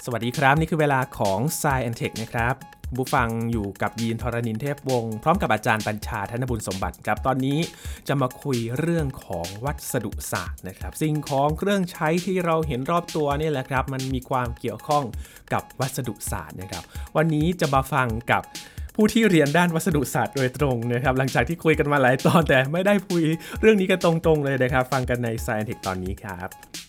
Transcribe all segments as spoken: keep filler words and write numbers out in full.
สวัสดีครับนี่คือเวลาของ Science แอนด์ Tech นะครับผู้ฟังอยู่กับยีนทรณินเทพวงศ์พร้อมกับอาจารย์บัญชาธนบุญสมบัติครับตอนนี้จะมาคุยเรื่องของวัสดุศาสตร์นะครับสิ่งของเครื่องใช้ที่เราเห็นรอบตัวนี่แหละครับมันมีความเกี่ยวข้องกับวัสดุศาสตร์นะครับวันนี้จะมาฟังกับผู้ที่เรียนด้านวัสดุศาสตร์โดยตรงนะครับหลังจากที่คุยกันมาหลายตอนแต่ไม่ได้คุยเรื่องนี้กันตรงๆเลยนะครับฟังกันใน Science แอนด์ Tech ตอนนี้ครับ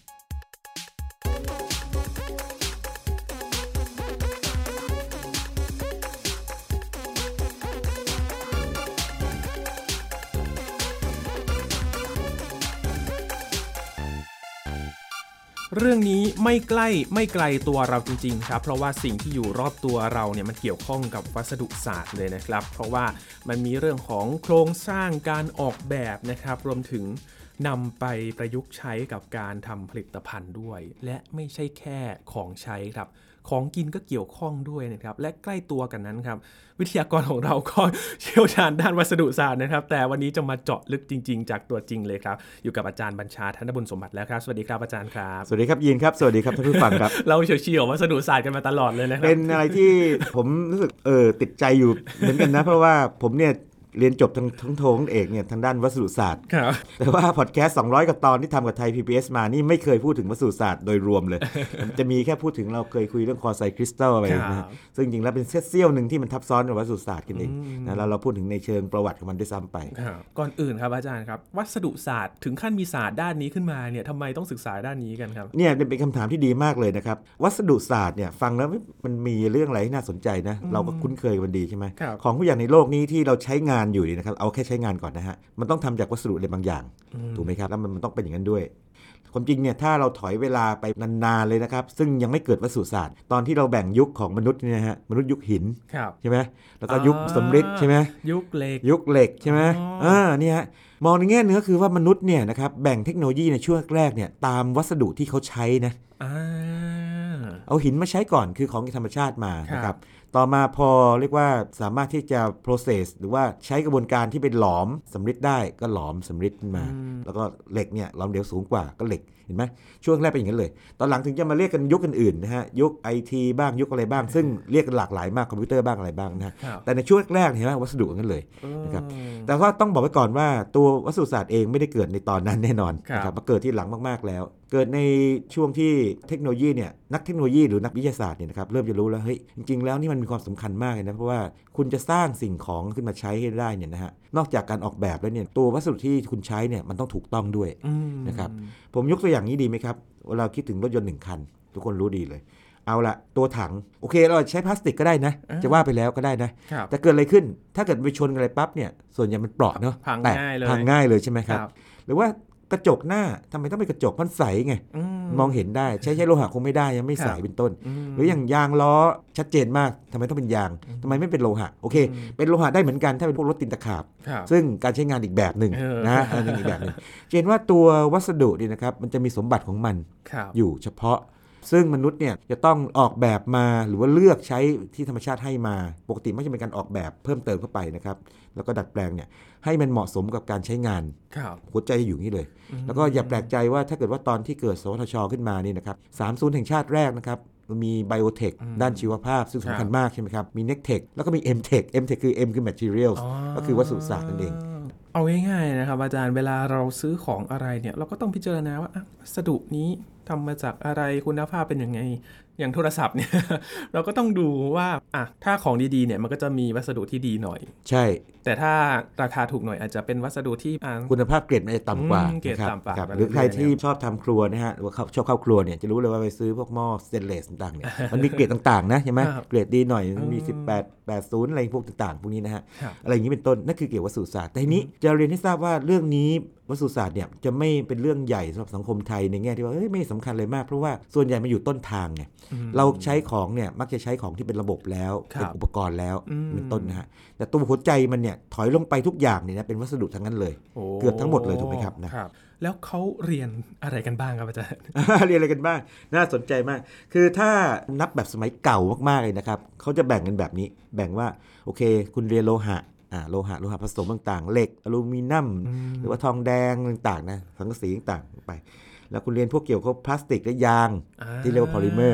เรื่องนี้ไม่ใกล้ไม่ไกลตัวเราจริงๆครับเพราะว่าสิ่งที่อยู่รอบตัวเราเนี่ยมันเกี่ยวข้องกับวัสดุศาสตร์เลยนะครับเพราะว่ามันมีเรื่องของโครงสร้างการออกแบบนะครับรวมถึงนำไปประยุกต์ใช้กับการทำผลิตภัณฑ์ด้วยและไม่ใช่แค่ของใช้ครับของกินก็เกี่ยวข้องด้วยนะครับและใกล้ตัวกันนั้นครับวิทยากรของเราก็เชี่ยวชาญด้านวัสดุศาสตร์นะครับแต่วันนี้จะมาเจาะลึกจริงๆจากตัวจริงเลยครับอยู่กับอาจารย์บัญชาธนบุญสมบัติแล้วครับสวัสดีครับอาจารย์ครับสวัสดีครับยีนครับสวัสดีครับท่านผู้ฟังครับเราเชี่ยวๆวัสดุศาสตร์กันมาตลอดเลยนะครับเป็นอะไรที่ผมรู้สึกเออติดใจอยู่เหมือนกันนะเพราะว่าผมเนี่ยเรียนจบทั้งทั้งโททั้งเอกเนี่ยทางด้านวัสดุศาสตร์แต่ว่าพอดแคสต์สองร้อยกว่าตอนที่ทำกับไทย พี บี เอส มานี่ไม่เคยพูดถึงวัสดุศาสตร์โดยรวมเลย จะมีแค่พูดถึงเราเคยคุยเรื่องคอไซคริสตัลอะไรนะซึ่งจริงแล้วเป็นเสี้ยวหนึ่งที่มันทับซ้อนกับวัสดุศาสตร์กันเองนะแล้วเราพูดถึงในเชิงประวัติของมันด้วยซ้ำไปก่อนอื่นครับอาจารย์ครับวัสดุศาสตร์ถึงขั้นมีศาสตร์ด้านนี้ขึ้นมาเนี่ยทำไมต้องศึกษาด้านนี้กันครับเนี่ยเป็นคำถามที่ดีมากเลยนะครับวัสดุศาสตร์เนี่ยฟังแล้วมันมีเรื่องอะไรที่น่าสนใจนะเราก็คุ้นเคยกันดีใช่ไหมของผู้อย่างในโลกนี้ที่เราใช้งานอยู่นะครับเอาแค่ใช้งานก่อนนะฮะมันต้องทำจากวัสดุอะไรบางอย่างถูกไหมครับแล้วมันต้องเป็นอย่างนั้นด้วยความจริงเนี่ยถ้าเราถอยเวลาไปนานๆเลยนะครับซึ่งยังไม่เกิดวัสดุศาสตร์ตอนที่เราแบ่งยุคของมนุษย์เนี่ยฮะมนุษย์ยุคหินใช่ไหมแล้วก็ยุคสำริดใช่ไหมยุคเหล็กยุคเหล็กใช่ไหมอ่านี่ฮะมองในแง่นึงก็คือว่ามนุษย์เนี่ยนะครับแบ่งเทคโนโลยีในช่วงแรกเนี่ยตามวัสดุที่เขาใช้นะเอาหินมาใช้ก่อนคือของธรรมชาติมานะครับต่อมาพอเรียกว่าสามารถที่จะ process หรือว่าใช้กระบวนการที่เป็นหลอมสำริดได้ก็หลอมสำริดขึ้นมาแล้วก็เหล็กเนี่ยหลอมเหลวสูงกว่าก็เหล็กเห็นไหมช่วงแรกเป็นอย่างนั้นเลยตอนหลังถึงจะมาเรียกกันยุคอื่นๆนะฮะยุค ไอ ที บ้างยุคอะไรบ้างซึ่งเรียกกันหลากหลายมากคอมพิวเตอร์บ้างอะไรบ้างนะแต่ในช่วงแรกเห็นไหมวัสดุกันเลยนะครับแต่ว่าต้องบอกไว้ก่อนว่าตัววัสดุศาสตร์เองไม่ได้เกิดในตอนนั้นแน่นอนนะครับมาเกิดที่หลังมากๆแล้วเกิดในช่วงที่เทคโนโลยีเนี่ยนักเทคโนโลยีหรือนักวิทยาศาสตร์เนี่ยนะครับเริ่มจะรู้แล้วเฮ้ยจริงๆแล้วนี่มันมีความสำคัญมากเลยนะเพราะว่าคุณจะสร้างสิ่งของขึ้นมาใช้ให้ได้เนี่ยนะฮะนอกจากการออกแบบแล้วเนี่ยตัววัสดุที่คุณใช้เนี่ยมันต้องถูกต้องด้วยนะครับผมยกตัวอย่างนี้ดีไหมครับเวลาคิดถึงรถยนต์หนึ่งคันทุกคนรู้ดีเลยเอาละตัวถังโอเคเราใช้พลาสติกก็ได้นะจะว่าไปแล้วก็ได้นะแต่เกิดอะไรขึ้นถ้าเกิดไปชนอะไรปั๊บเนี่ยส่วนใหญ่มันเปราะเนาะพังง่ายเลยพังง่ายเลยใช่ไหมครับหรือว่ากระจกหน้าทำไมต้องเป็นกระจกมันใสไงมองเห็นได้ใช้ใช้โลหะคงไม่ได้ยังไม่ใสเป็นต้นหรืออย่างยางล้อชัดเจนมากทำไมต้องเป็นยางทำไมไม่เป็นโลหะโอเคเป็นโลหะได้เหมือนกันถ้าเป็นพวกรถตินตะขาบซึ่งการใช้งานอีกแบบหนึ่งนะอันนี้อีกแบบนึงเห็นว่าตัววัสดุนี่นะครับมันจะมีสมบัติของมันอยู่เฉพาะซึ่งมนุษย์เนี่ยจะต้องออกแบบมาหรือว่าเลือกใช้ที่ธรรมชาติให้มาปกติไม่ใช่เป็นการออกแบบเพิ่มเติมเข้าไปนะครับแล้วก็ดัดแปลงเนี่ยให้มันเหมาะสมกับการใช้งานหัวใจอยู่นี่เลยแล้วก็อย่าแปลกใจว่าถ้าเกิดว่าตอนที่เกิดสวทช.ขึ้นมานี่นะครับสามศูนย์แห่งชาติแรกนะครับมีไบโอเทคด้านชีวภาพซึ่งสำคัญมากใช่ไหมครับมีเน็กเทคแล้วก็มี เอ็ม เทค เอ็ม เทค คือ M คือ Materials ก็คือวัสดุศาสตร์นั่นเองเอาง่ายๆนะครับอาจารย์เวลาเราซื้อของอะไรเนี่ยเราก็ต้องพิจารณาว่าวัสดุนี้ทำมาจากอะไรคุณภาพเป็นยังไงอย่างโทรศัพท์เนี่ย เราก็ต้องดูว่าอ่ะถ้าของดีๆเนี่ยมันก็จะมีวัสดุที่ดีหน่อยใช่แต่ถ้าราคาถูกหน่อยอาจจะเป็นวัสดุที่คุณภาพเกรดมันจะต่ำกว่านะครับหรือใครที่ชอบทำครัวนะฮะหรือว่าชอบเข้าครัวเนี่ยจะรู้เลยว่าไปซื้อพวกหม้อสเตนเลสต่างๆเนี่ยมันมีเกรดต่างๆนะใช่ไหมเกรดดีหน่อยมีสิบแปด แปดสิบอะไรพวกต่างๆพวกนี้นะฮะอะไรอย่างนี้เป็นต้นนั่นคือเกี่ยวกับวัสดุศาสตร์แต่ทีนี้จะเรียนให้ทราบว่าเรื่องนี้วัสดุศาสตร์เนี่ยจะไม่เป็นเรื่องใหญ่สำหรับสังคมไทยในแง่ที่ว่าเอ้ยไม่สำคัญเลยมากเพราะว่าส่วนใหญ่มาอยู่ต้นทางไงเราใช้ของเนี่ยมักจะใช้ของที่เป็นระบบแล้วเป็นอุปกรณ์แล้วเป็นต้นนะฮะแต่ตัวหัวใจมันเนี่ยถอยลงไปทุกอย่างเนี่ยนะเป็นวัสดุทั้งนั้นเลยเกือบทั้งหมดเลยถูกไหมครับนะแล้วเขาเรียนอะไรกันบ้างครับอาจารย์เรียนอะไรกันบ้างน่าสนใจมากคือถ้านับแบบสมัยเก่ามากๆเลยนะครับเขาจะแบ่งกันแบบนี้แบ่งว่าโอเคคุณเรียนโลหะโลหะโลหะผสมต่างๆเหล็กอลูมิเนียมหรือว่าทองแดงต่างๆนะสังกะสีต่างๆไปแล้วคุณเรียนพวกเกี่ยวกับพลาสติกและยางที่เรียกว่าพอลิเมอร์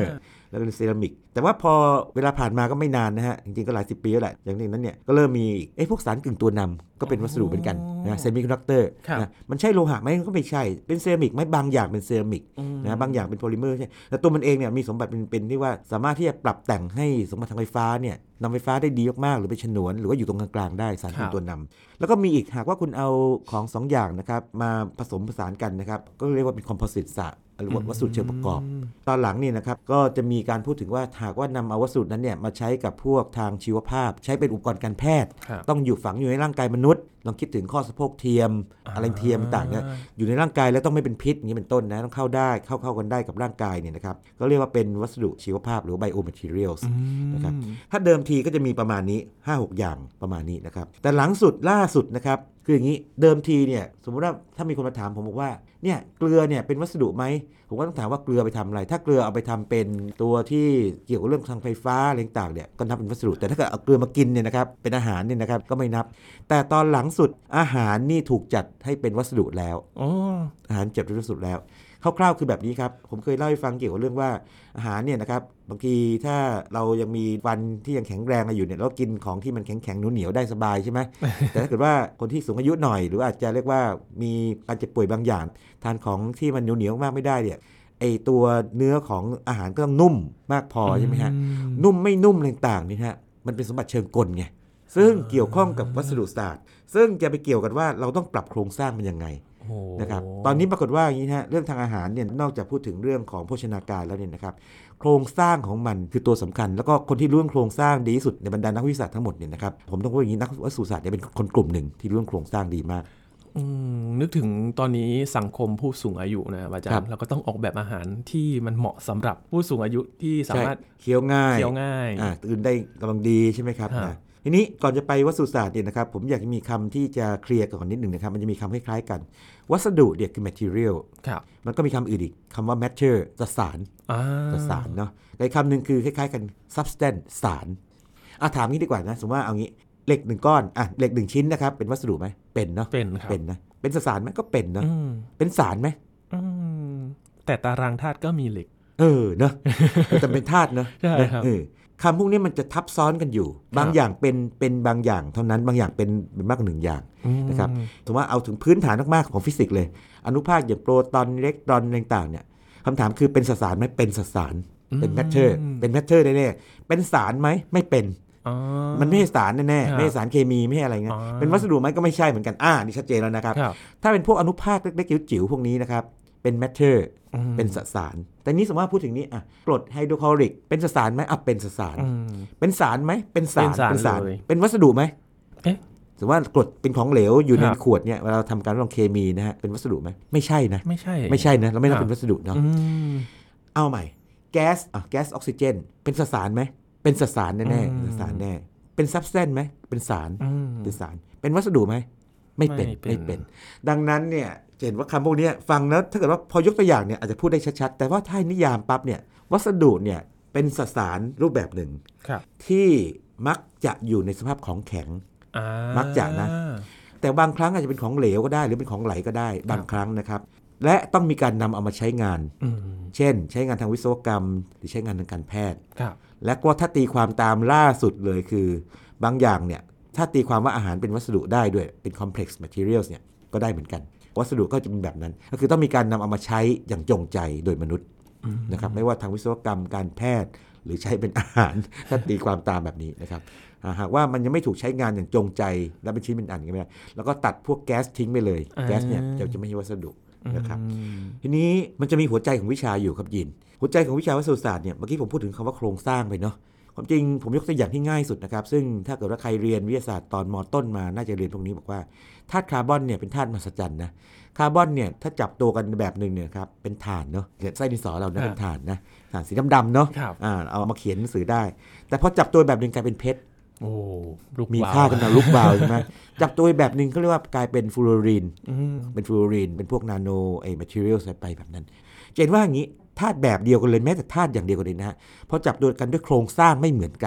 แล้วก็เป็นเซรามิกแต่ว่าพอเวลาผ่านมาก็ไม่นานนะฮะจริงๆก็หลายสิบปีแล้วแหละอย่างนั้นเนี่ยก็เริ่มมีเอ๊ะพวกสารกึ่งตัวนำก็เป็นวัสดุเหมือนกันนะเซมิคอนดักเตอร์นะมันใช่โลหะไหมก็ไม่ใช่เป็นเซรามิกไหมบางอย่างเป็นเซรามิกนะบางอย่างเป็นโพลิเมอร์ใช่แต่ตัวมันเองเนี่ยมีสมบัติเป็นที่ว่าสามารถที่จะปรับแต่งให้สมบัติทางไฟฟ้าเนี่ยนำไฟฟ้าได้ดีมากๆหรือเป็นฉนวนหรือว่าอยู่ตรงกลางๆได้สารกึ่งตัวนำแล้วก็มีอีกหากว่าคุณเอาของสองอย่างนะครับมาผสมผสานกันนะครับก็เรียกว่าเป็นคอมโพสิตสารหรือวัสดุเชิงประกอบตอนหลังนี่นะครับก็จะมีการพูดถึงว่าหากว่านำเอาวัสดุนั้นเนี่ยมาใช้กับพวกทางชีวภาพใช้เป็นอุปกรณ์การแพทย์ต้องอยู่ฝังอยู่ในร่างกายมนุษย์ลองคิดถึงข้อสะโพกเทียมอะไรเทียมต่างเนี่ยอยู่ในร่างกายแล้วต้องไม่เป็นพิษอย่างนี้เป็นต้นนะต้องเข้าได้เข้าเข้ากันได้กับร่างกายเนี่ยนะครับก็เรียกว่าเป็นวัสดุชีวภาพหรือ biomaterials นะครับถ้าเดิมทีก็จะมีประมาณนี้ ห้าหก อย่างประมาณนี้นะครับแต่หลังสุดล่าสุดนะครับคืออย่างนี้เดิมทีเนี่ยสมมติว่าถ้ามีคนมาถามผมบอกว่าเนี่ยเกลือเนี่ยเป็นวัสดุไหมผมก็ต้องถามว่าเกลือไปทำอะไรถ้าเกลือเอาไปทำเป็นตัวที่เกี่ยวกับเรื่องทางไฟฟ้าอะไรต่างๆเนี่ยก็นับเป็นวัสดุแต่ถ้าเกิดเอาเกลือมากินเนี่ยนะครับเป็นอาหารเนี่ยนะครับก็ไม่นับแต่ตอนหลังสุดอาหารนี่ถูกจัดให้เป็นวัสดุแล้วอ๋ออาหารจัดเป็นวัสดุแล้วคร่าวๆคือแบบนี้ครับผมเคยเล่าให้ฟังเกี่ยวกับเรื่องว่าอาหารเนี่ยนะครับบางทีถ้าเรายังมีฟันที่ยังแข็งแรงอยู่เนี่ยเรากินของที่มันแข็งๆเหนียวๆได้สบายใช่ไหม แต่ถ้าเกิดว่าคนที่สูงอายุหน่อยหรืออาจจะเรียกว่ามีการเจ็บป่วยบางอย่างทานของที่มันเหนียวๆมากไม่ได้เนี่ยไอตัวเนื้อของอาหารก็ต้องนุ่มมากพอใช่ไหมฮะนุ่มไม่นุ่มต่างๆนี่ฮะมันเป็นสมบัติเชิงกลไงซึ่งเกี่ยวข้องกับวัสดุศาสตร์ซึ่งจะไปเกี่ยวกันว่าเราต้องปรับโครงสร้างมันยังไงนะครับตอนนี้ปรากฏว่าอย่างนี้ฮะเรื่องทางอาหารเนี่ยนอกจากพูดถึงเรื่องของโภชนาการแล้วเนี่ยนะครับโครงสร้างของมันคือตัวสำคัญแล้วก็คนที่รู้เรื่องโครงสร้างดีที่สุดในบรรดานักวิทยาศาสตร์ทั้งหมดเนี่ยนะครับผมต้องพูดอย่างนี้นักวัสดุศาสตร์เนี่ยเป็นคนกลุ่มหนึ่งที่รู้เรื่องโครงสร้างดีมากนึกถึงตอนนี้สังคมผู้สูงอายุนะอาจารย์เราก็ต้องออกแบบอาหารที่มันเหมาะสำหรับผู้สูงอายุที่สามารถเคี้ยวง่ายเคี้ยวง่ายตื่นได้กำลังดีใช่ไหมครับทีนี้ก่อนจะไปวัสดุศาสตร์เนี่ยนะครับผมอยากจะมีคำที่จะเคลียร์ก่อนนิดหนึ่งนะครับมันจะมีคำคล้ายๆกันวัสดุเนี่ยคือ material มันก็มีคำอื่นอีกคำว่า matter จะสารจะสารเนาะอีกคำหนึ่งคือคล้ายๆกัน substance สารอ่ะถามงี้ดีกว่านะสมมติว่าเอางี้เหล็กหนึ่งก้อนอ่ะเหล็กหนึ่งชิ้นนะครับเป็นวัสดุไหมเป็นเนาะเป็นครับเป็นนะเป็นสารไหมก็เป็นเนาะเป็นสารไหมแต่ตารางธาตุก็มีเหล็กเออเนาะแต่เป็นธาตุเนาะใช่ครับคำพวกนี้มันจะทับซ้อนกันอยู่บางอย่างเป็นเป็นบางอย่างเท่านั้นบางอย่างเป็นเป็นมากกว่าหนึ่งอย่างนะครับสมมติว่าเอาถึงพื้นฐานมากๆของฟิสิกส์เลยอนุภาคอย่างโปรตอนอิเล็กตรอนต่างๆเนี่ยคำถามคือเป็นสสารไหมเป็นสสารเป็นแมทเทอร์เป็นแมทเทอร์แน่ๆเป็นสารไหมไม่เป็นมันไม่ใช่สารแน่ๆไม่ใช่สารเคมีไม่ใช่อะไรเงี้ยเป็นวัสดุไหมก็ไม่ใช่เหมือนกันอ่านี่ชัดเจนแล้วนะครับถ้าเป็นพวกอนุภาคเล็กๆจิ๋วๆพวกนี้นะครับเป็นแมทเทอร์เป็นสสารแต่นี้สมมติว่าพูดถึงนี้อ่ะกรดไฮโดรคลอริกเป็นสสารไหมอ่ะเป็นสสารเป็นสารไหมเป็นสารเป็นสารเป็นวัสดุไหมเอ๊ะสมมติว่ากรดเป็นของเหลวอยู่ในขวดเนี่ยเวลาเราทำการทดลองเคมีนะฮะเป็นวัสดุไหมไม่ใช่นะไม่ใช่ไม่ใช่นะเราไม่นับเป็นวัสดุเนาะเอาใหม่แก๊สอ่ะแก๊สออกซิเจนเป็นสสารไหมเป็นสสารแน่ๆสสารแน่เป็นซับสแตนซ์ไหมเป็นสารเป็นสารเป็นวัสดุไหมไม่เป็นไม่เป็นดังนั้นเนี่ยเห็นว่าคำพวกนี้ฟังแล้วถ้าเกิดว่าพอยกตัวอย่างเนี่ยอาจจะพูดได้ชัดๆแต่ว่าถ้านิยามปั๊บเนี่ยวัสดุเนี่ยเป็นสสารรูปแบบหนึ่งที่มักจะอยู่ในสภาพของแข็งมักจะนะแต่บางครั้งอาจจะเป็นของเหลวก็ได้หรือเป็นของไหลก็ได้บางครั้งนะครับและต้องมีการนำเอามาใช้งานเช่นใช้งานทางวิศวกรรมหรือใช้งานทางการแพทย์และก็ถ้าตีความตามล่าสุดเลยคือบางอย่างเนี่ยถ้าตีความว่าอาหารเป็นวัสดุได้ด้วยเป็น complex materials เนี่ยก็ได้เหมือนกันวัสดุก็จะเป็นแบบนั้นก็คือต้องมีการนำเอามาใช้อย่างจงใจโดยมนุษย์นะครับไม่ว่าทางวิศวกรรมการแพทย์หรือใช้เป็นอาหารถ้าตีความตามแบบนี้นะครับหากว่ามันยังไม่ถูกใช้งานอย่างจงใจและเป็นชิ้นเป็นอันก็ไม่ได้แล้วก็ตัดพวกแก๊สทิ้งไปเลยแก๊สเนี่ยจะจะไม่ใช่วัสดุนะครับทีนี้มันจะมีหัวใจของวิชาอยู่ครับยินหัวใจของวิชาวัสดุศาสตร์เนี่ยเมื่อกี้ผมพูดถึงคำว่าโครงสร้างไปเนาะความจริงผมยกตัวอย่างที่ง่ายสุดนะครับซึ่งถ้าเกิดว่าใครเรียนวิทยาศาสตร์ตอนม.ต้นมาน่าจะเรียนพวกนี้บอกว่าธาตุคาร์บอนเนี่ยเป็นธาตุมหัศจรรย์นะคาร์บอนเนี่ยถ้าจับตัวกันแบบนึงเนี่ยครับเป็นถ่านเนาะไส้ดินสอเราเนี่ยเป็นถ่านนะถ่านสีดำๆเนาะอ่าเอามาเขียนหนังสือได้แต่พอจับตัวแบบนึงกลายเป็นเพชรโอ้มีค่ากันนะลูกวาวใช่ไหมจับตัวแบบนึงเขาเรียกว่ากลายเป็นฟลูออรีนเป็นฟลูออรีนเป็นพวกนาโนไอ้แมททีเรียลใส่ไปแบบนั้นเห็นว่าอย่างนี้ธาตุแบบเดียวกันเลยแม้แต่ธาตุอย่างเดียวกันเลยนะฮะพอจับตัวกันด้วยโครงสร้างไม่เหมือนกัน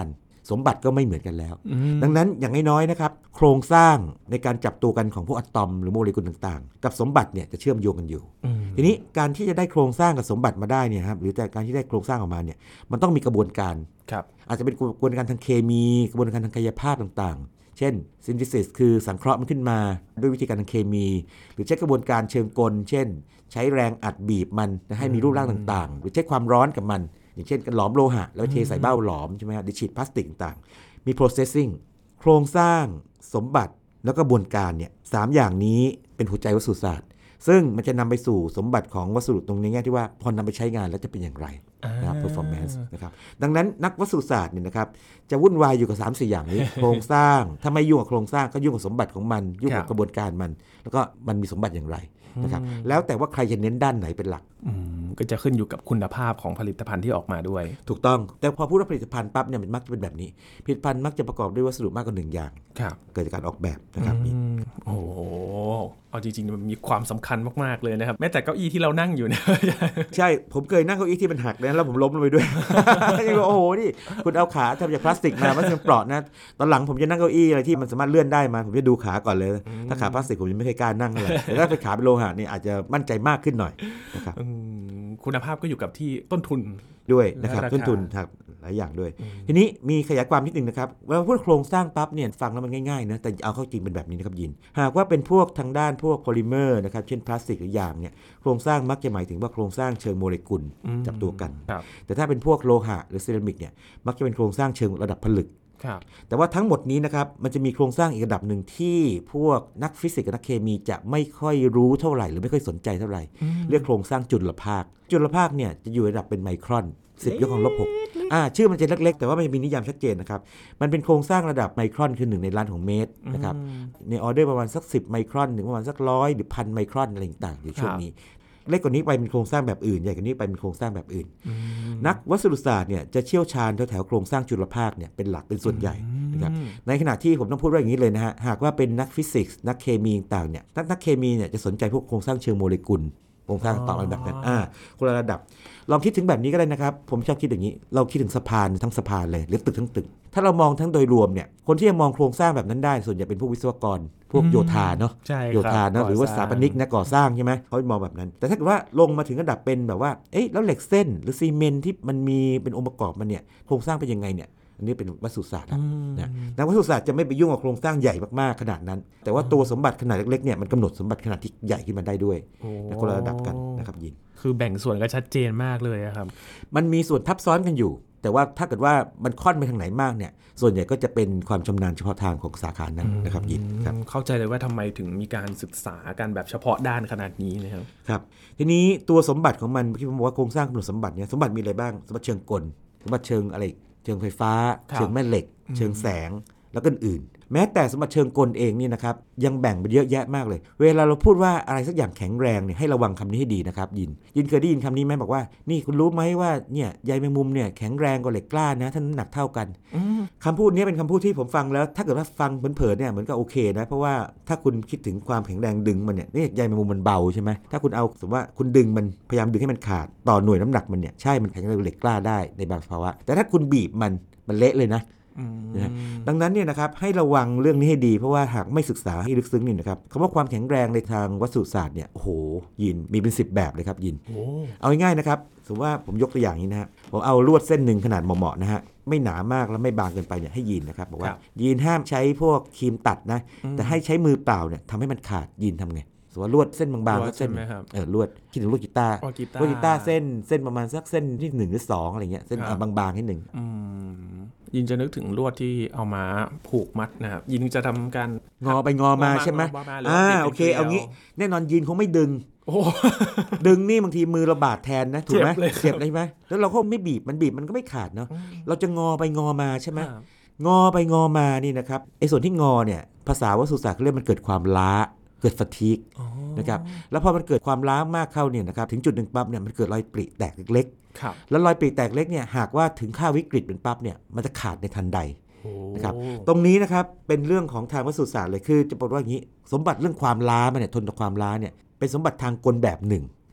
สมบัติก็ไม่เหมือนกันแล้วดังนั้นอย่างน้อยๆนะครับโครงสร้างในการจับตัวกันของพวกอะตอมหรือโมเลกุลต่างๆกับสมบัติเนี่ยจะเชื่อมโยงกันอยู่ทีนี้การที่จะได้โครงสร้างกับสมบัติมาได้เนี่ยครับหรือแต่การที่ได้โครงสร้างออกมาเนี่ยมันต้องมีกระบวนการอาจจะเป็นกระบวนการทางเคมีกระบวนการทางกายภาพต่างๆเช่นซินธิซิสคือสังเคราะห์มันขึ้นมาด้วยวิธีการทางเคมีหรือใช้กระบวนการเชิงกลเช่นใช้แรงอัดบีบมันให้มีรูปร่างต่างๆหรือใช้ความร้อนกับมันอย่างเช่นการหลอมโลหะแล้วเทใส่เบ้าหลอมใช่ไหมครับหรือฉีดพลาสติกต่างๆมี processing โครงสร้างสมบัติแล้วก็กระบวนการเนี่ยสามอย่างนี้เป็นหัวใจวัสดุศาสตร์ซึ่งมันจะนำไปสู่สมบัติของวัสดุตรงนี้แง่ที่ว่าพอนำไปใช้งานแล้วจะเป็นอย่างไรนะครับ performance นะครับดังนั้นนักวัสดุศาสตร์เนี่ยนะครับจะวุ่นวายอยู่กับ สามสี่ อย่างนี้ โครงสร้างถ้าไม่ยุ่งกับโครงสร้างก็ยุ่งกับสมบัติของมันยุ่งกับกระบวนการมันแล้วก็มันมีสมบัติอย่างไรนะครับแล้วแต่ว่าใครจะเน้นด้านไหนเป็นหลักก็จะขึ้นอยู่กับคุณภาพของผลิตภัณฑ์ที่ออกมาด้วยถูกต้องแต่พอพูดว่าผลิตภัณฑ์ปั๊บเนี่ยมันมักจะเป็นแบบนี้ผลิตภัณฑ์มักจะประกอบด้วยวัสดุมากกว่าหนึ่งอย่างเกิดจากการออกแบบนะครับโอ้โหเอาจริงๆมันมีความสำคัญมากๆเลยนะครับแม้แต่เก้าอี้ที่เรานั่งอยู่เนี่ยใช่ผมเคยนั่งเก้าอี้ที่มันหักนะแล้วผมล้มลงไปด้วยโอ้โหนี่คุณเอาขาทำจากพลาสติกมามันจะเปราะนะตอนหลังผมจะนั่งเก้าอี้อะไรที่มันสามารถเลื่อนได้มาผมจะดูขาก่อนเลยถ้าขาพลาสติกผมยังไม่เคยกล้านั่งเลยแต่ถ้าเป็นขาเป็นโลหะนี่อาจจะมั่นใจมากขึ้นหน่อยนะครับคุณภาพก็อยู่กับที่ต้นทุนด้วยนะครับต้นทุนครับหลายอย่างด้วยทีนี้มีขยายความนิดนึงนะครับเวลาพูดโครงสร้างปั๊บเนี่ยฟังแล้วมันง่ายๆนะแต่เอาเข้าจริงเป็นแบบนี้นะครับยินหากว่าเป็นพวกทางด้านพวกโพลิเมอร์นะครับเช่นพลาสติกหรือยางเนี่ยโครงสร้างมักจะหมายถึงว่าโครงสร้างเชิงโมเลกุลจับตัวกันแต่ถ้าเป็นพวกโลหะหรือเซรามิกเนี่ยมักจะเป็นโครงสร้างเชิงระดับผลึกแต่ว่าทั้งหมดนี้นะครับมันจะมีโครงสร้างอีกระดับหนึ่งที่พวกนักฟิสิกส์กับนักเคมีจะไม่ค่อยรู้เท่าไหร่หรือไม่ค่อยสนใจเท่าไหร่เรียกโครงสร้างจุลภาคจุลภาคเนี่ยจะอยู่ระดับเป็นไมครอนสิบยกกำลังลบหกอ่าชื่อมันจะเล็กๆแต่ว่ามันมีนิยามชัดเจนนะครับมันเป็นโครงสร้างระดับไมครอนคือหนึ่งในล้านของเมตรนะครับในออเดอร์ประมาณสักสิบไมครอนถึงประมาณสักร้อยหรือพันไมครอนอะไรต่างๆอยู่ช่วงนี้เล็กกว่านี้ไปเป็นโครงสร้างแบบอื่นใหญ่กว่านี้ไปเป็นโครงสร้างแบบอื่นนักวัสดุศาสตร์เนี่ยจะเชี่ยวชาญแถวๆโครงสร้างจุลภาคเนี่ยเป็นหลักเป็นส่วนใหญ่นะครับในขณะที่ผมต้องพูดว่าอย่างนี้เลยนะฮะหากว่าเป็นนักฟิสิกส์นักเคมีต่างๆเนี่ยนักเคมีเนี่ยจะสนใจพวกโครงสร้างเชิงโมเลกุลโครงสร้างต่อมาแบบนั้นอ่าคนละระดับลองคิดถึงแบบนี้ก็ได้นะครับผมชอบคิดอย่างนี้เราคิดถึงสะพานทั้งสะพานเลยหรือตึกทั้งตึกถ้าเรามองทั้งโดยรวมเนี่ยคนที่จะมองโครงสร้างแบบนั้นได้ส่วนใหญ่เป็นพวกวิศวกรพวกโยธาเนาะโยธาเนาะหรือว่าสถาปนิกนะก่อสร้างใช่ไหมเขามองแบบนั้นแต่ถ้าเกิดว่าลงมาถึงระดับเป็นแบบว่าเอ๊ะแล้วเหล็กเส้นหรือซีเมนต์ที่มันมีเป็นองค์ประกอบมันเนี่ยโครงสร้างเป็นยังไงเนี่ยอันนี้เป็นวัสดุศาสตร์นะนักวัสดุศาสตร์จะไม่ไปยุ่งกับโครงสร้างใหญ่มากๆขนาดนั้นแต่ว่าตัวสมบัติขนาดเล็กๆเนี่ยมันกำหนดสมบัติขนาดที่ใหญ่ขึ้นมาได้ด้วยนะคนละระดับกันนะครับยินคือแบ่งส่วนก็ชัดเจนมากเลยครับมันมีส่วนทับซ้อนกันอยู่แต่ว่าถ้าเกิดว่ามันค่อนไปทางไหนมากเนี่ยส่วนใหญ่ก็จะเป็นความชำนาญเฉพาะทางของสาขานั้นนะครับยินครับเข้าใจเลยว่าทำไมถึงมีการศึกษากันแบบเฉพาะด้านขนาดนี้นะครับครับทีนี้ตัวสมบัติของมันที่ผมบอกว่าโครงสร้างกำหนดสมบัติเนี่ยสมบัติมีอะไรบ้างสมบัติเชิงกลสมบัติเชิงอะไรเชิงไฟฟ้าเชิงแม่เหล็กเชิงแสงแล้วก็อื่นแม้แต่สมบัติเชิงกลเองนี่นะครับยังแบ่งไปเยอะแยะมากเลยเวลาเราพูดว่าอะไรสักอย่างแข็งแรงเนี่ยให้ระวังคำนี้ให้ดีนะครับยินยินเคยได้ยินคำนี้ไหมบอกว่านี่คุณรู้ไหมว่าเนี่ยใยแมงมุมเนี่ยแข็งแรงกว่าเหล็กกล้านะถ้าน้ำหนักเท่ากันคำพูดนี้เป็นคำพูดที่ผมฟังแล้วถ้าเกิดว่าฟังเผลอๆเนี่ยเหมือนกับโอเคนะเพราะว่าถ้าคุณคิดถึงความแข็งแรงดึงมันเนี่ยนี่ใยแมงมุมมันเบาใช่ไหมถ้าคุณเอาสมมติว่าคุณดึงมันพยายามดึงให้มันขาดต่อหน่วยน้ำหนักมันเนี่ยใช่มันแข็งแรงกว่าเหล็กกล้าได้ในบางภาวะแต่ถ้าคุณบีบมันมันเละเลยนะนะดังนั้นเนี่ยนะครับให้ระวังเรื่องนี้ให้ดีเพราะว่าหากไม่ศึกษาให้ลึกซึ้งนี่นะครับคำว่าความแข็งแรงในทางวัสดุศาสตร์เนี่ยโอ้โหยินมีเป็นสิบแบบเลยครับยินเอาง่ายๆนะครับสมมติว่าผมยกตัวอย่างนี้นะฮะผมเอาลวดเส้นหนึ่งขนาดเหมาะๆนะฮะไม่หนามากและไม่บางเกินไปเนี่ยให้ยินนะครับบอกว่ายินห้ามใช้พวกครีมตัดนะแต่ให้ใช้มือเปล่าเนี่ยทำให้มันขาดยินทำไงสมมติว่าลวดเส้นบางๆก็เส้นเออลวดคิดถึงลวดกีตาร์ลวดกีตาร์เส้นเส้นประมาณสักเส้นที่หนึ่งหรือสองอะไรเงี้ยเส้นบางๆที่หนึ่งยินจะนึกถึงลวดที่เอามาผูกมัดนะครับยินจะทำการงอไปงอมาใช่ไหมอ่าโอเคเอางี้แน่นอนยินคงไม่ดึงดึงนี่บางทีมือเราบาดแทนนะถูกไหมเจ็บเลยไหมแล้วเราก็ไม่บีบมันบีบมันก็ไม่ขาดเนาะเราจะงอไปงอมาใช่ไหมงอไปงอมานี่นะครับไอ้ส่วนที่งอเนี่ยภาษาวัสดุศาสตร์เขาเรียกมันเกิดความล้าเกิดฟาทีกนะครับแล้วพอมันเกิดความล้ามากเข้าเนี่ยนะครับถึงจุดหนึ่งปั๊บเนี่ยมันเกิดรอยปริแตกเล็กๆแล้วรอยปริแตกเล็กเนี่ยหากว่าถึงค่าวิกฤตเป็นปั๊บเนี่ยมันจะขาดในทันใดนะครับตรงนี้นะครับเป็นเรื่องของทางวัสดุศาสตร์เลยคือจะบอกว่าอย่างนี้สมบัติเรื่องความล้ามันเนี่ยทนต่อความล้าเนี่ยเป็นสมบัติทางกลแบบหนึ่ง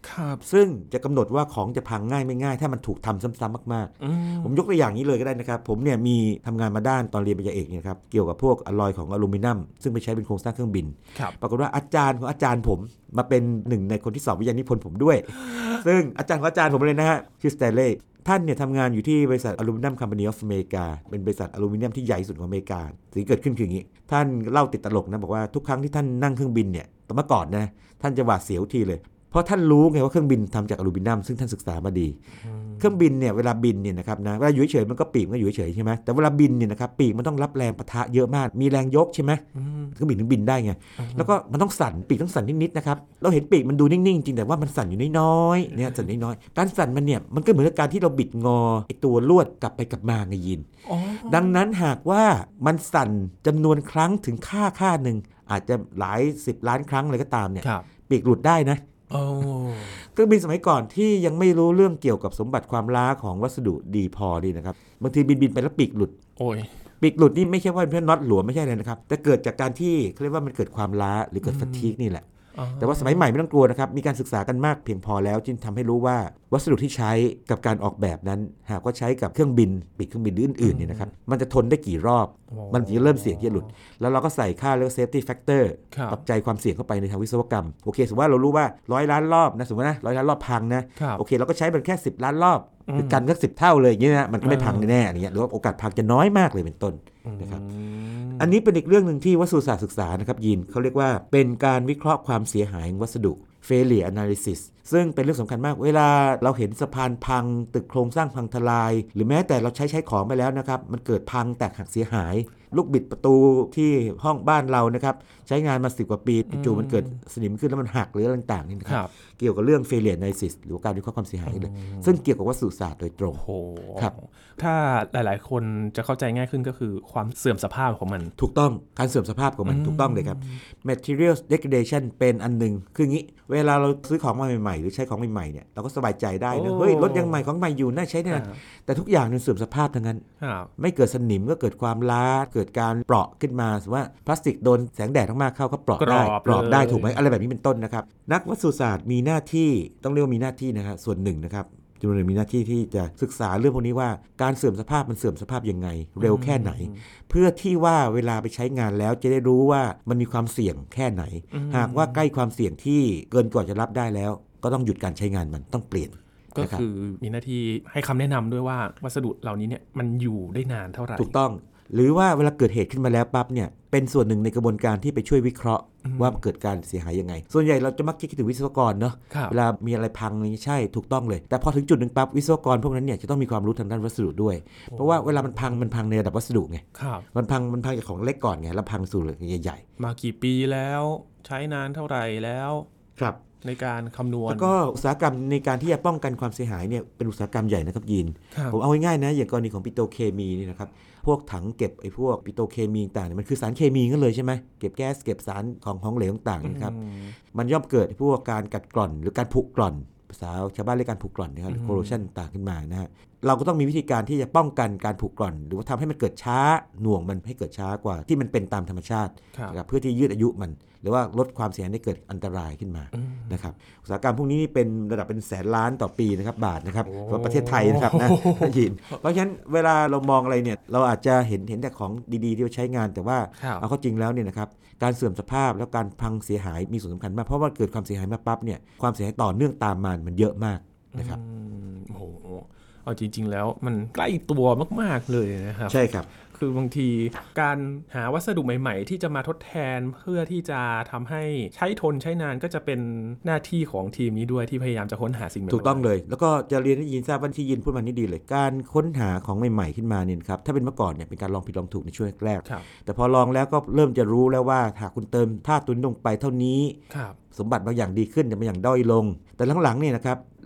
ซึ่งจะกำหนดว่าของจะพังง่ายไม่ง่ายถ้ามันถูกทำซ้ำๆมากๆผมยกตัวอย่างนี้เลยก็ได้นะครับผมเนี่ยมีทำงานมาด้านตอนเรียนปริญญาเอกเนี่ยครับเกี่ยวกับพวกอลลอยของอลูมิเนียมซึ่งไปใช้เป็นโครงสร้างเครื่องบินปรากฏว่าอาจารย์ของอาจารย์ผมมาเป็นหนึ่งในคนที่สอบวิทยานิพนธ์ผมด้วย ซึ่งอาจารย์ของอาจารย์ผมเลยนะฮะชื่อสเตเล่ท่านเนี่ยทำงานอยู่ที่บริษัทอลูมิเนียมคัมพานีออฟอเมริกาเป็นบริษัทอลูมิเนียมที่ใหญ่สุดของอเมริกาสิ่งที่เกิดขึ้นคืออย่างนี้ท่านเล่าติดตลกนะบอกว่าทุกครั้งที่ท่านนั่งเครื่องบินเนี่ยเมื่อก่อนนะท่านจะหวาดเสียวทีเลยเพราะท่านรู้ไงว่าเครื่องบินทำจากอลูมิเนียมซึ่งท่านศึกษามาดีเครื่องบินเนี่ยเวลาบินเนี่ยนะครับนะเวลาอยู่เฉยๆมันก็ปีกมันก็อยู่เฉยๆใช่ไหมแต่เวลาบินเนี่ยนะครับปีกมันต้องรับแรงปะทะเยอะมากมีแรงยกใช่ไหมเครื่องบินถึงบินได้ไงแล้วก็มันต้องสั่นปีกต้องสั่นนิดๆนะครับเราเห็นปีกมันดูนิ่งๆจริงแต่ว่ามันสั่นอยู่น้อยๆเนี่ยสั่นน้อยๆการสั่นมันเนี่ยมันก็เหมือนกับการที่เราบิดงอไอ้ตัวลวดกลับไปกลับมาไงยินดังนั้นหากว่ามันสั่นจำนวนครั้งถึงค่าค่าหนึ่งอาจจะหลายสิบล้านครั้งเลยก็ตามเนี่ยปีกหลุดได้นะเครื่องบินสมัยก่อนที่ยังไม่รู้เรื่องเกี่ยวกับสมบัติความล้าของวัสดุดีพอดีนะครับบางทีบินบินไปแล้วปีกหลุดโอ้ยปีกหลุดนี่ไม่ใช่ว่าเป็นน็อตหลวมไม่ใช่เลยนะครับแต่เกิดจากการที่เขาเรียกว่ามันเกิดความล้าหรือเกิดฟาทีกนี่แหละแต่ว่าสมัยใหม่ไม่ต้องกลัวนะครับมีการศึกษากันมากเพียงพอแล้วจึงทำให้รู้ว่าวัสดุที่ใช้กับการออกแบบนั้นหากว่าใช้กับเครื่องบินปีกเครื่องบินอื่นๆเนี่ยนะครับมันจะทนได้กี่รอบมันถึงจะเริ่มเสี่ยงที่จะหลุดแล้วเราก็ใส่ค่าเรียกว่า safety factor ปัจจัยความเสี่ยงเข้าไปในทางวิศวกรรมโอเคสมมติว่าเรารู้ว่าร้อยล้านรอบนะสมมตินะร้อยล้านรอบพังนะโอเคเราก็ใช้มันแค่สิบล้านรอบคือกันสักสิบเท่าเลยอย่างเงี้ยนะมันก็ไม่พังแน่ๆอย่างเงี้ยหรือว่าโอกาสพังจะน้อยมากเลยเป็นต้นนะครับอันนี้เป็นอีกเรื่องนึงที่วัสดุศาสตร์ศึกษานะครับยินเขาเรียกว่าเป็นการวิเคราะห์ความเสียหายของวัสดุ failure analysis ซึ่งเป็นเรื่องสำคัญมากเวลาเราเห็นสะพานพังตึกโครงสร้างพังทลายหรือแม้แต่เราใช้ใช้ของไปแล้วนะครับมันเกิดพังแตกหักเสียหายลูกบิดประตูที่ห้องบ้านเรานะครับใช้งานมาสิบกว่าปีจู่ๆมันเกิดสนิมขึ้นแล้วมันหักหรืออะไรต่างๆนี่นะครับเกี่ยวกับเรื่อง failure analysis หรือการวิเคราะห์ความเสียหายเลยซึ่งเกี่ยวกับวัสดุศาสตร์โดยตรงครับถ้าหลายๆคนจะเข้าใจง่ายขึ้นก็คือความเสื่อมสภาพของมันถูกต้องการเสื่อมสภาพของมันถูกต้องเลยครับ material degradation เป็นอันนึงคืองี้เวลาเราซื้อของมาใหม่ๆหรือใช้ของใหม่ๆเนี่ยเราก็สบายใจได้นะเฮ้ยรถยังใหม่ของใหม่อยู่น่าใช้ได้แต่ทุกอย่างมันเสื่อมสภาพทั้งนั้นไม่เกิดสนิมก็เกิดความล้าเกิดการเปราะขึ้นมาสมมุติว่าพลาสติกโดนแสงแดดมากๆเข้าก็เปราะได้เปราะได้ถูกไหมอะไรแบบนี้เป็นต้นนะครับนักวัสดุศาสตร์มีหน้าที่ต้องเรียกว่ามีหน้าที่นะครับส่วนหนึ่งนะครับจำนวนหนึ่งมีหน้าที่ที่จะศึกษาเรื่องพวกนี้ว่าการเสื่อมสภาพมันเสื่อมสภาพยังไงเร็วแค่ไหนเพื่อที่ว่าเวลาไปใช้งานแล้วจะได้รู้ว่ามันมีความเสี่ยงแค่ไหนหากว่าใกล้ความเสี่ยงที่เกินกว่าจะรับได้แล้วก็ต้องหยุดการใช้งานมันต้องเปลี่ยนก็คือมีหน้าที่ให้คำแนะนำด้วยว่าวัสดุเหล่านี้เนี่ยมันอยู่ได้นานเท่าไหร่ถูกต้องหรือว่าเวลาเกิดเหตุขึ้นมาแล้วปั๊บเนี่ยเป็นส่วนหนึ่งในกระบวนการที่ไปช่วยวิเคราะห์ว่าเกิดการเสียหายยังไงส่วนใหญ่เราจะมักคิดถึงวิศวกรเนาะเวลามีอะไรพังนี่ใช่ถูกต้องเลยแต่พอถึงจุดหนึ่งปั๊บวิศวกรพวกนั้นเนี่ยจะต้องมีความรู้ทางด้านวัสดุด้วยเพราะว่าเวลามันพังมันพังในระดับวัสดุไงมันพังมันพังจากของเล็กก่อนไงแล้วพังสู่ใหญ่ๆมากี่ปีแล้วใช้นานเท่าไหร่แล้วครับในการคำนวณแล้วก็อุตสาหกรรมในการที่จะป้องกันความเสียหายเนี่ยเป็นอุตสาหกรรมใหญ่นะครับยินผมเอาง่ายๆนะอย่างกรณีของปิโตรเคมีนี่นะครับพวกถังเก็บไอ้พวกปิโตรเคมีต่างๆเนี่ยมันคือสารเคมีกันเลยใช่ไหมเก็บแก๊สเก็บสารของของเหลวต่างๆนะครับมันย่อมเกิดพวกการกัดกร่อนหรือการผุกร่อนภาษาชาวบ้านเรียกการผุกร่อนนะครับโคโรชันต่างขึ้นมานะฮะเราก็ต้องมีวิธีการที่จะป้องกันการผุกร่อนหรือว่าทำให้มันเกิดช้าหน่วงมันให้เกิดช้ากว่าที่มันเป็นตามธรรมชาตินะครับเพื่อที่ยืดอายุมันหรือว่าลดความเสี่ยงให้เกิดอันตรายขึ้นมานะครับอุตสาหกรรมพวกนี้เป็นระดับเป็นแสนล้านต่อปีนะครับบาทนะครับสำหรับประเทศไทยนะครับนะยินเพราะฉะนั้นเวลาเรามองอะไรเนี่ยเราอาจจะเห็นเห็นแต่ของดีๆที่ใช้งานแต่ว่าเอาเข้าจริงแล้วเนี่ยนะครับการเสื่อมสภาพแล้วการพังเสียหายมีส่วนสำคัญมากเพราะว่าเกิดความเสียหายมาปั๊บเนี่ยความเสียหายต่อเนื่องตามมามันเยอะมากนะครับโอ้โหเอาจริงๆแล้วมันใกล้ตัวมากๆเลยนะครับใช่ครับคือบางทีการหาวัสดุใหม่ๆที่จะมาทดแทนเพื่อที่จะทำให้ใช้ทนใช้นานก็จะเป็นหน้าที่ของทีมนี้ด้วยที่พยายามจะค้นหาสิ่งใหม่ๆถูกต้องเลยแล้วก็จะเรียนให้ยินทราบว่าที่ยินพูดมานี่ดีเลยการค้นหาของใหม่ๆขึ้นมาเนี่ยครับถ้าเป็นเมื่อก่อนเนี่ยเป็นการลองผิดลองถูกในช่วงแรกแต่พอลองแล้วก็เริ่มจะรู้แล้วว่าหากคุณเติมธาตุตัวนี้ลงไปเท่านี้สมบัติบางอย่างดีขึ้นแต่บางอย่างด้อยลงแต่หลังๆเนี่ยนะครับ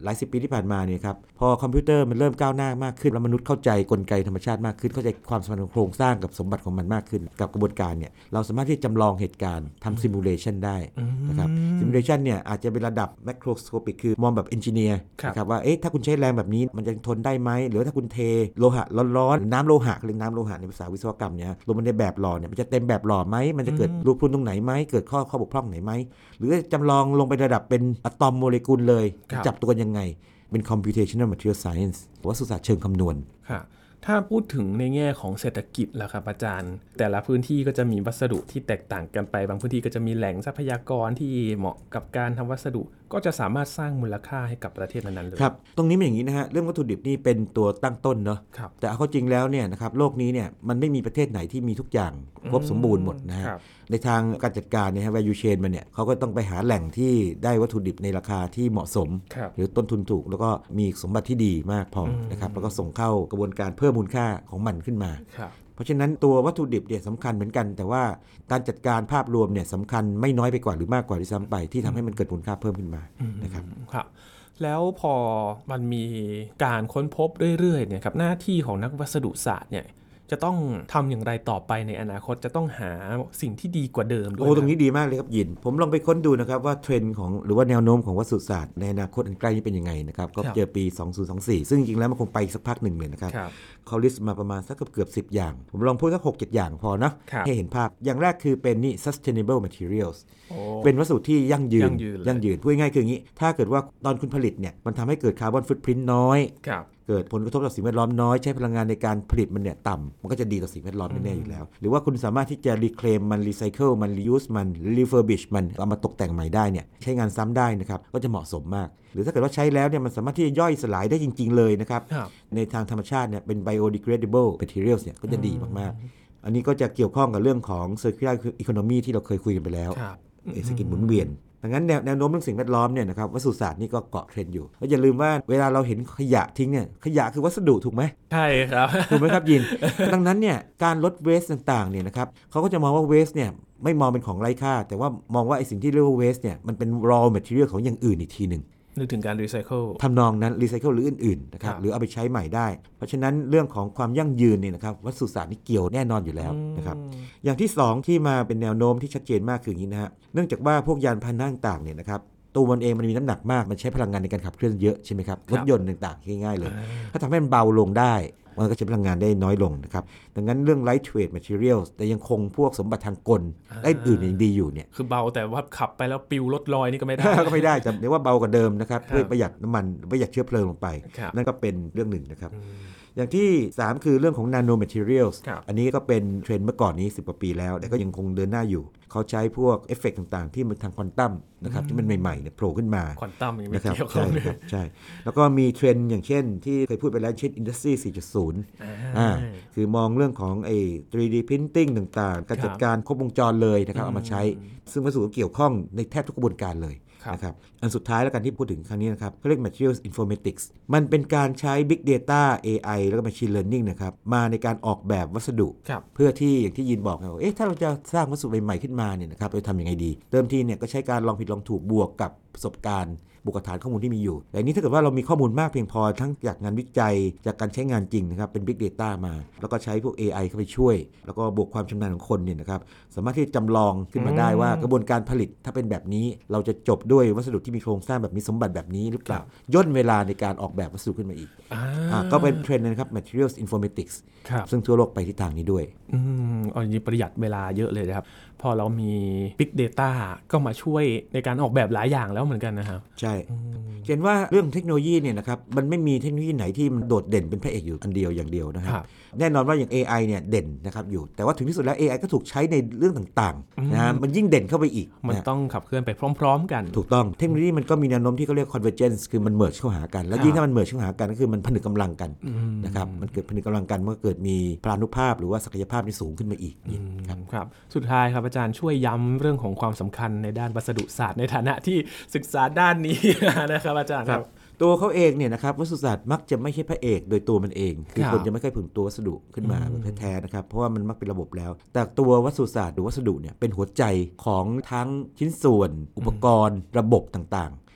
หลายสิบปีที่ผ่านมาเนี่ยครับพอคอมพิวเตอร์มันเริ่มก้าวหน้ามากขึ้นแล้วมนุษย์เข้าใจกลไกธรรมชาติมากขึ้นเข้าใจความสัมพันธ์ของโครงสร้างกับสมบัติของมันมากขึ้นกับกระบวนการเนี่ยเราสามารถที่จำลองเหตุการณ์ทำซิมูเลชันได้นะครับซิมูเลชันเนี่ยอาจจะเป็นระดับแมคโครสโคปิกคือมองแบบเอนจิเนียร์นะครับว่าเอ๊ะถ้าคุณใช้แรงแบบนี้มันจะทนได้ไหมหรือถ้าคุณเทโลหะร้อนๆน้ำโลหะหรือน้ำโลหะในภาษาวิศวกรรมเนี่ยลงมาในแบบหล่อเนี่ยมันจะเต็มแบบหล่อไหมมันจะเกิดรูพรุนตรงไหนไหมเกิดข้อข้อบกพร่องไหนไหมหรือจำลองลงไประดับเป็นอะตอมโมเลกุลเลยจับตัวกันยังไงเป็น computational material science วัสดุศาสตร์เชิงคำนวณถ้าพูดถึงในแง่ของเศรษฐกิจล่ะครับอาจารย์แต่ละพื้นที่ก็จะมีวัสดุที่แตกต่างกันไปบางพื้นที่ก็จะมีแหล่งทรัพยากรที่เหมาะกับการทำวัสดุก็จะสามารถสร้างมูลค่าให้กับประเทศนั้นๆเลยครับตรงนี้เป็นอย่างนี้นะฮะเรื่องวัตถุดิบนี่เป็นตัวตั้งต้นเนาะแต่เอาเข้าจริงแล้วเนี่ยนะครับโลกนี้เนี่ยมันไม่มีประเทศไหนที่มีทุกอย่างครบสมบูรณ์หมดนะฮะในทางการจัดการเนี่ยฮะ value chain มันเนี่ยเขาก็ต้องไปหาแหล่งที่ได้วัตถุดิบในราคาที่เหมาะสมหรือต้นทุนถูกแล้วก็มีสมบัติที่ดีมากพอนะครับแล้วก็ส่งเข้ากระบวนการเพิ่มมูลค่าของมันขึ้นมาเพราะฉะนั้นตัววัตถุดิบเนี่ยสำคัญเหมือนกันแต่ว่าการจัดการภาพรวมเนี่ยสำคัญไม่น้อยไปกว่าหรือมากกว่าที่ซ้ำไปที่ทำให้มันเกิดมูลค่าเพิ่มขึ้นมานะครับครับแล้วพอมันมีการค้นพบเรื่อยๆเนี่ยครับหน้าที่ของนักวัสดุศาสตร์เนี่ยจะต้องทำอย่างไรต่อไปในอนาคตจะต้องหาสิ่งที่ดีกว่าเดิมด้วยโอ้ตรงนี้ดีมากเลยครับยินผมลองไปค้นดูนะครับว่าเทรนด์ของหรือว่าแนวโน้มของวัสดุศาสตร์ในอนาคตอันใกล้นี้เป็นยังไงนะครับก็เจอปีสองพันยี่สิบสี่ซึ่งจริงๆแล้วมันคงไปสักพักหนึ่งเลยนะครับเขาลิสต์มาประมาณสักเกือบสิบอย่างผมลองพูดสัก หกเจ็ด อย่างพอนะให้เห็นภาพอย่างแรกคือเป็นนี่ sustainable materials เป็นวัสดุที่ยั่งยืนยั่งยืนพูดง่ายๆคืออย่างนี้ถ้าเกิดว่าตอนคุณผลิตเนี่ยมันทำให้เกิดคาร์บอนฟุตพริ้นท์น้อยเกิดผลกระทบต่อสิ่งแวดล้อมน้อยใช้พลังงานในการผลิตมันเนี่ยต่ำมันก็จะดีต่อสิ่งแวดล้อมแน่ๆอยู่แล้วหรือว่าคุณสามารถที่จะรีเคลมมันรีไซเคิลมันรียูสมันรีเฟอร์บิชมันเอามาตกแต่งใหม่ได้เนี่ยใช้งานซ้ำได้นะครับก็จะเหมาะสมมากหรือถ้าเกิดว่าใช้แล้วเนี่ยมันสามารถที่จะย่อยสลายได้จริงๆเลยนะครับในทางธรรมชาติเนี่ยเป็น biodegradable materials เนี่ยก็จะดีมากๆอันนี้ก็จะเกี่ยวข้องกับเรื่องของ circular economy ที่เราเคยคุยกันไปแล้วเศรษฐกิจหมุนเวียนดังนั้นแนวโน้มเรื่องสิ่งแวดล้อมเนี่ยนะครับวัสดุศาสตร์นี่ก็เกาะเทรนด์อยู่แล้วอย่าลืมว่าเวลาเราเห็นขยะทิ้งเนี่ยขยะคือวัสดุถูกไหมใช่ครับถูกไหมครับยิน ดังนั้นเนี่ยการลดเวสต่างๆเนี่ยนะครับเขาก็จะมองว่าเวสเนี่ยไม่มองเป็นของไร้ค่าแต่ว่ามองว่าไอ้สิ่งที่เรียกว่าเวสเนี่ยมันเป็น raw material ของอย่างอื่นอีกทีนึงนึกถึงการรีไซเคิลทำนองนั้นรีไซเคิลหรืออื่นๆนะครับหรือเอาไปใช้ใหม่ได้เพราะฉะนั้นเรื่องของความยั่งยืนเนี่ยนะครับวัสดุศาสตร์นี่เกี่ยวแน่นอนอยู่แล้วนะครับอย่างที่สองที่มาเป็นแนวโน้มที่ชัดเจนมากคืออย่างนี้นะฮะเนื่องจากว่าพวกยานพาหนะต่างๆเนี่ยนะครับตัวมันเองมันมีน้ำหนักมากมันใช้พลังงานในการขับเคลื่อนเยอะใช่ไหมครับรถยนต์ต่างๆง่ายๆเลยถ้าทำให้มันเบาลงได้มันก็ใช้พลังงานได้น้อยลงนะครับดังนั้นเรื่อง lightweight materials แต่ยังคงพวกสมบัติทางกลได้อื่นยังดีอยู่เนี่ยคือเบาแต่ว่าขับไปแล้วปิวลดลอยนี่ก็ไม่ได้ก็ไม่ได้แต่เรียกว่าเบากว่าเดิมนะครับเพื่อประหยัดน้ำมันประหยัดเชื้อเพลิงลงไปนั่นก็เป็นเรื่องหนึ่งนะครับอย่างที่สามคือเรื่องของ nano materials อันนี้ก็เป็นเทรนด์เมื่อก่อนนี้สิบกว่าปีแล้วแต่ก็ยังคงเดินหน้าอยู่เขาใช้พวกเอฟเฟกต์ต่างๆที่มันทางควอนตัมนะครับที่มันใหม่ๆเนี่ยโผล่ขึ้นมาควอนตัมยังไม่เกี่ยวข้องเลยใช่แล้วก็มีเทรนด์อย่างเช่นที่เคยพูดไปแล้วเช่น Industry สี่จุดศูนย์ อ่าคือมองเรื่องของไอ้ ทรี ดี Printing ต่างๆการจัดการครบวงจรเลยนะครับเอามาใช้ซึ่งวัสดุเกี่ยวข้องในแทบทุกกระบวนการเลยนะครับอันสุดท้ายแล้วกันที่พูดถึงครั้งนี้นะครับเขาเรียก Materials Informatics มันเป็นการใช้ Big Data เอ ไอ แล้วก็ Machine Learning นะครับมาในการออกแบบวัสดุเพื่อที่อย่างที่ยินบอกนะว่าเอ๊ะถ้าเราจะสร้างวัสดุใหม่ๆขึ้นมาเนี่ยนะครับเราทำยังไงดีเริ่มที่เนี่ยก็ใช้การลองผิดลองถูกบวกกับประสบการณ์บุคฐานข้อมูลที่มีอยู่แต่นี้ถ้าเกิดว่าเรามีข้อมูลมากเพียงพอทั้งจากงานวิจัยจากการใช้งานจริงนะครับเป็น Big Data มาแล้วก็ใช้พวก เอ ไอ เข้าไปช่วยแล้วก็บวกความชำนาญของคนเนี่ยนะครับสามารถที่จะจำลองขึ้นมาได้ว่ากระบวนการผลิตถ้าเป็นแบบนี้เราจะจบด้วยวัสดุที่มีโครงสร้างแบบนี้สมบัติแบบนี้หรือเปล่าย่นเวลาในการออกแบบวัสดุขึ้นมาอีกก็เป็นเทรนด์นะครับ Materials Informatics ซึ่งทั่วโลกไปที่ทางนี้ด้วยอืมอันนี้ประหยัดเวลาเยอะเลยนะครับพอเรามี Big Data ก็มาช่วยในการออกแบบหลายอย่างแล้วเหมือนกันนะครับใช่เห็นว่าเรื่องเทคโนโลยีเนี่ยนะครับมันไม่มีเทคโนโลยีไหนที่มันโดดเด่นเป็นพระเอกอยู่อันเดียวอย่างเดียวนะครับแน่นอนว่าอย่าง เอ ไอ เนี่ยเด่นนะครับอยู่แต่ว่าถึงที่สุดแล้ว เอ ไอ ก็ถูกใช้ในเรื่องต่างๆนะมันยิ่งเด่นเข้าไปอีกมันต้องขับเคลื่อนไปพร้อมๆกันถูกต้องเทคโนโลยีมันก็มีแนวโน้มที่เขาเรียก convergence คือมัน merge เข้าหากันแล้วยิ่งถ้ามัน merge เข้าหากันก็คือมันผนึกกำลังกันนะครับมันเกิดผนึกกำลังกันมันก็เกิดมีพลานุภาพหรือว่าศักยภาพที่สูงขึ้นมาอีกครับครับสุดท้ายครับอาจารย์ช่วยย้ำเรื่องของความสำคัญในด้านวัสดุศาสตร์ในฐานะที่ศึกษาด้านนี้นะครับอาจารย์ครับตัวเขาเองเนี่ยนะครับวัสดุศาสตร์มักจะไม่ใช่พระเอกโดยตัวมันเองคือคนจะไม่ค่อยผึ่งตัววัสดุขึ้นมาแท้ๆนะครับเพราะว่ามันมักเป็นระบบแล้วแต่ตัววัสดุศาสตร์หรือวัสดุเนี่ยเป็นหัวใจของทั้งชิ้นส่วนอุปกรณ์ระบบต่างๆ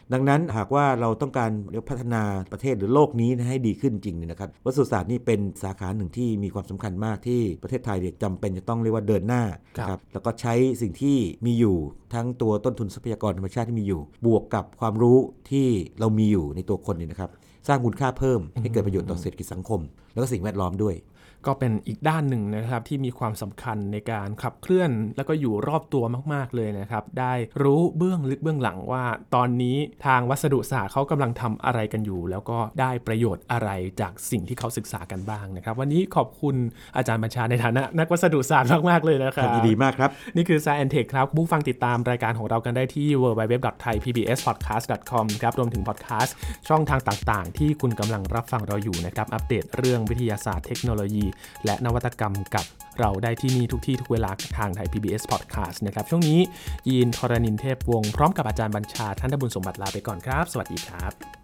ดังนั้นหากว่าเราต้องการพัฒนาประเทศหรือโลกนี้ให้ดีขึ้นจริงเนี่ยนะครับวัสดุศาสตร์นี่เป็นสาขาหนึ่งที่มีความสำคัญมากที่ประเทศไทยเนี่ยจำเป็นจะต้องเรียกว่าเดินหน้าครับแล้วก็ใช้สิ่งที่มีอยู่ทั้งตัวต้นทุนทรัพยากรธรรมชาติที่มีอยู่บวกกับความรู้ที่เรามีอยู่ในตัวคนเนี่ยนะครับสร้างมูลค่าเพิ่มให้เกิดประโยชน์ต่อเศรษฐกิจสังคมแล้วก็สิ่งแวดล้อมด้วยก็เป็นอีกด้านหนึ่งนะครับที่มีความสำคัญในการขับเคลื่อนแล้วก็อยู่รอบตัวมากๆเลยนะครับได้รู้เบื้องลึกเบื้องหลังว่าตอนนี้ทางวัสดุศาสตร์เขากำลังทำอะไรกันอยู่แล้วก็ได้ประโยชน์อะไรจากสิ่งที่เขาศึกษากันบ้างนะครับวันนี้ขอบคุณอาจารย์บัญชาในฐานะนักวัสดุศาสตร์มากๆเลยนะครับยินดีมากครับนี่คือ Science and Tech ครับผู้ฟังติดตามรายการของเรากันได้ที่ ดับเบิลยู ดับเบิลยู ดับเบิลยู ดอท ไทย พี บี เอส พอดแคสต์ ดอท คอม ครับรวมถึงพอดแคสต์ช่องทางต่างๆที่คุณกำลังรับฟังเราอยู่นะครับอัปเดตเรื่องวิทยาศาสตร์เทคโนโลยีและนวัตกรรมกับเราได้ที่นี่ทุกที่ทุกเวลาทางไทย พี บี เอส Podcast นะครับช่วงนี้ยีนทรณินเทพวงศ์พร้อมกับอาจารย์บัญชาท่านบุญสมบัติลาไปก่อนครับสวัสดีครับ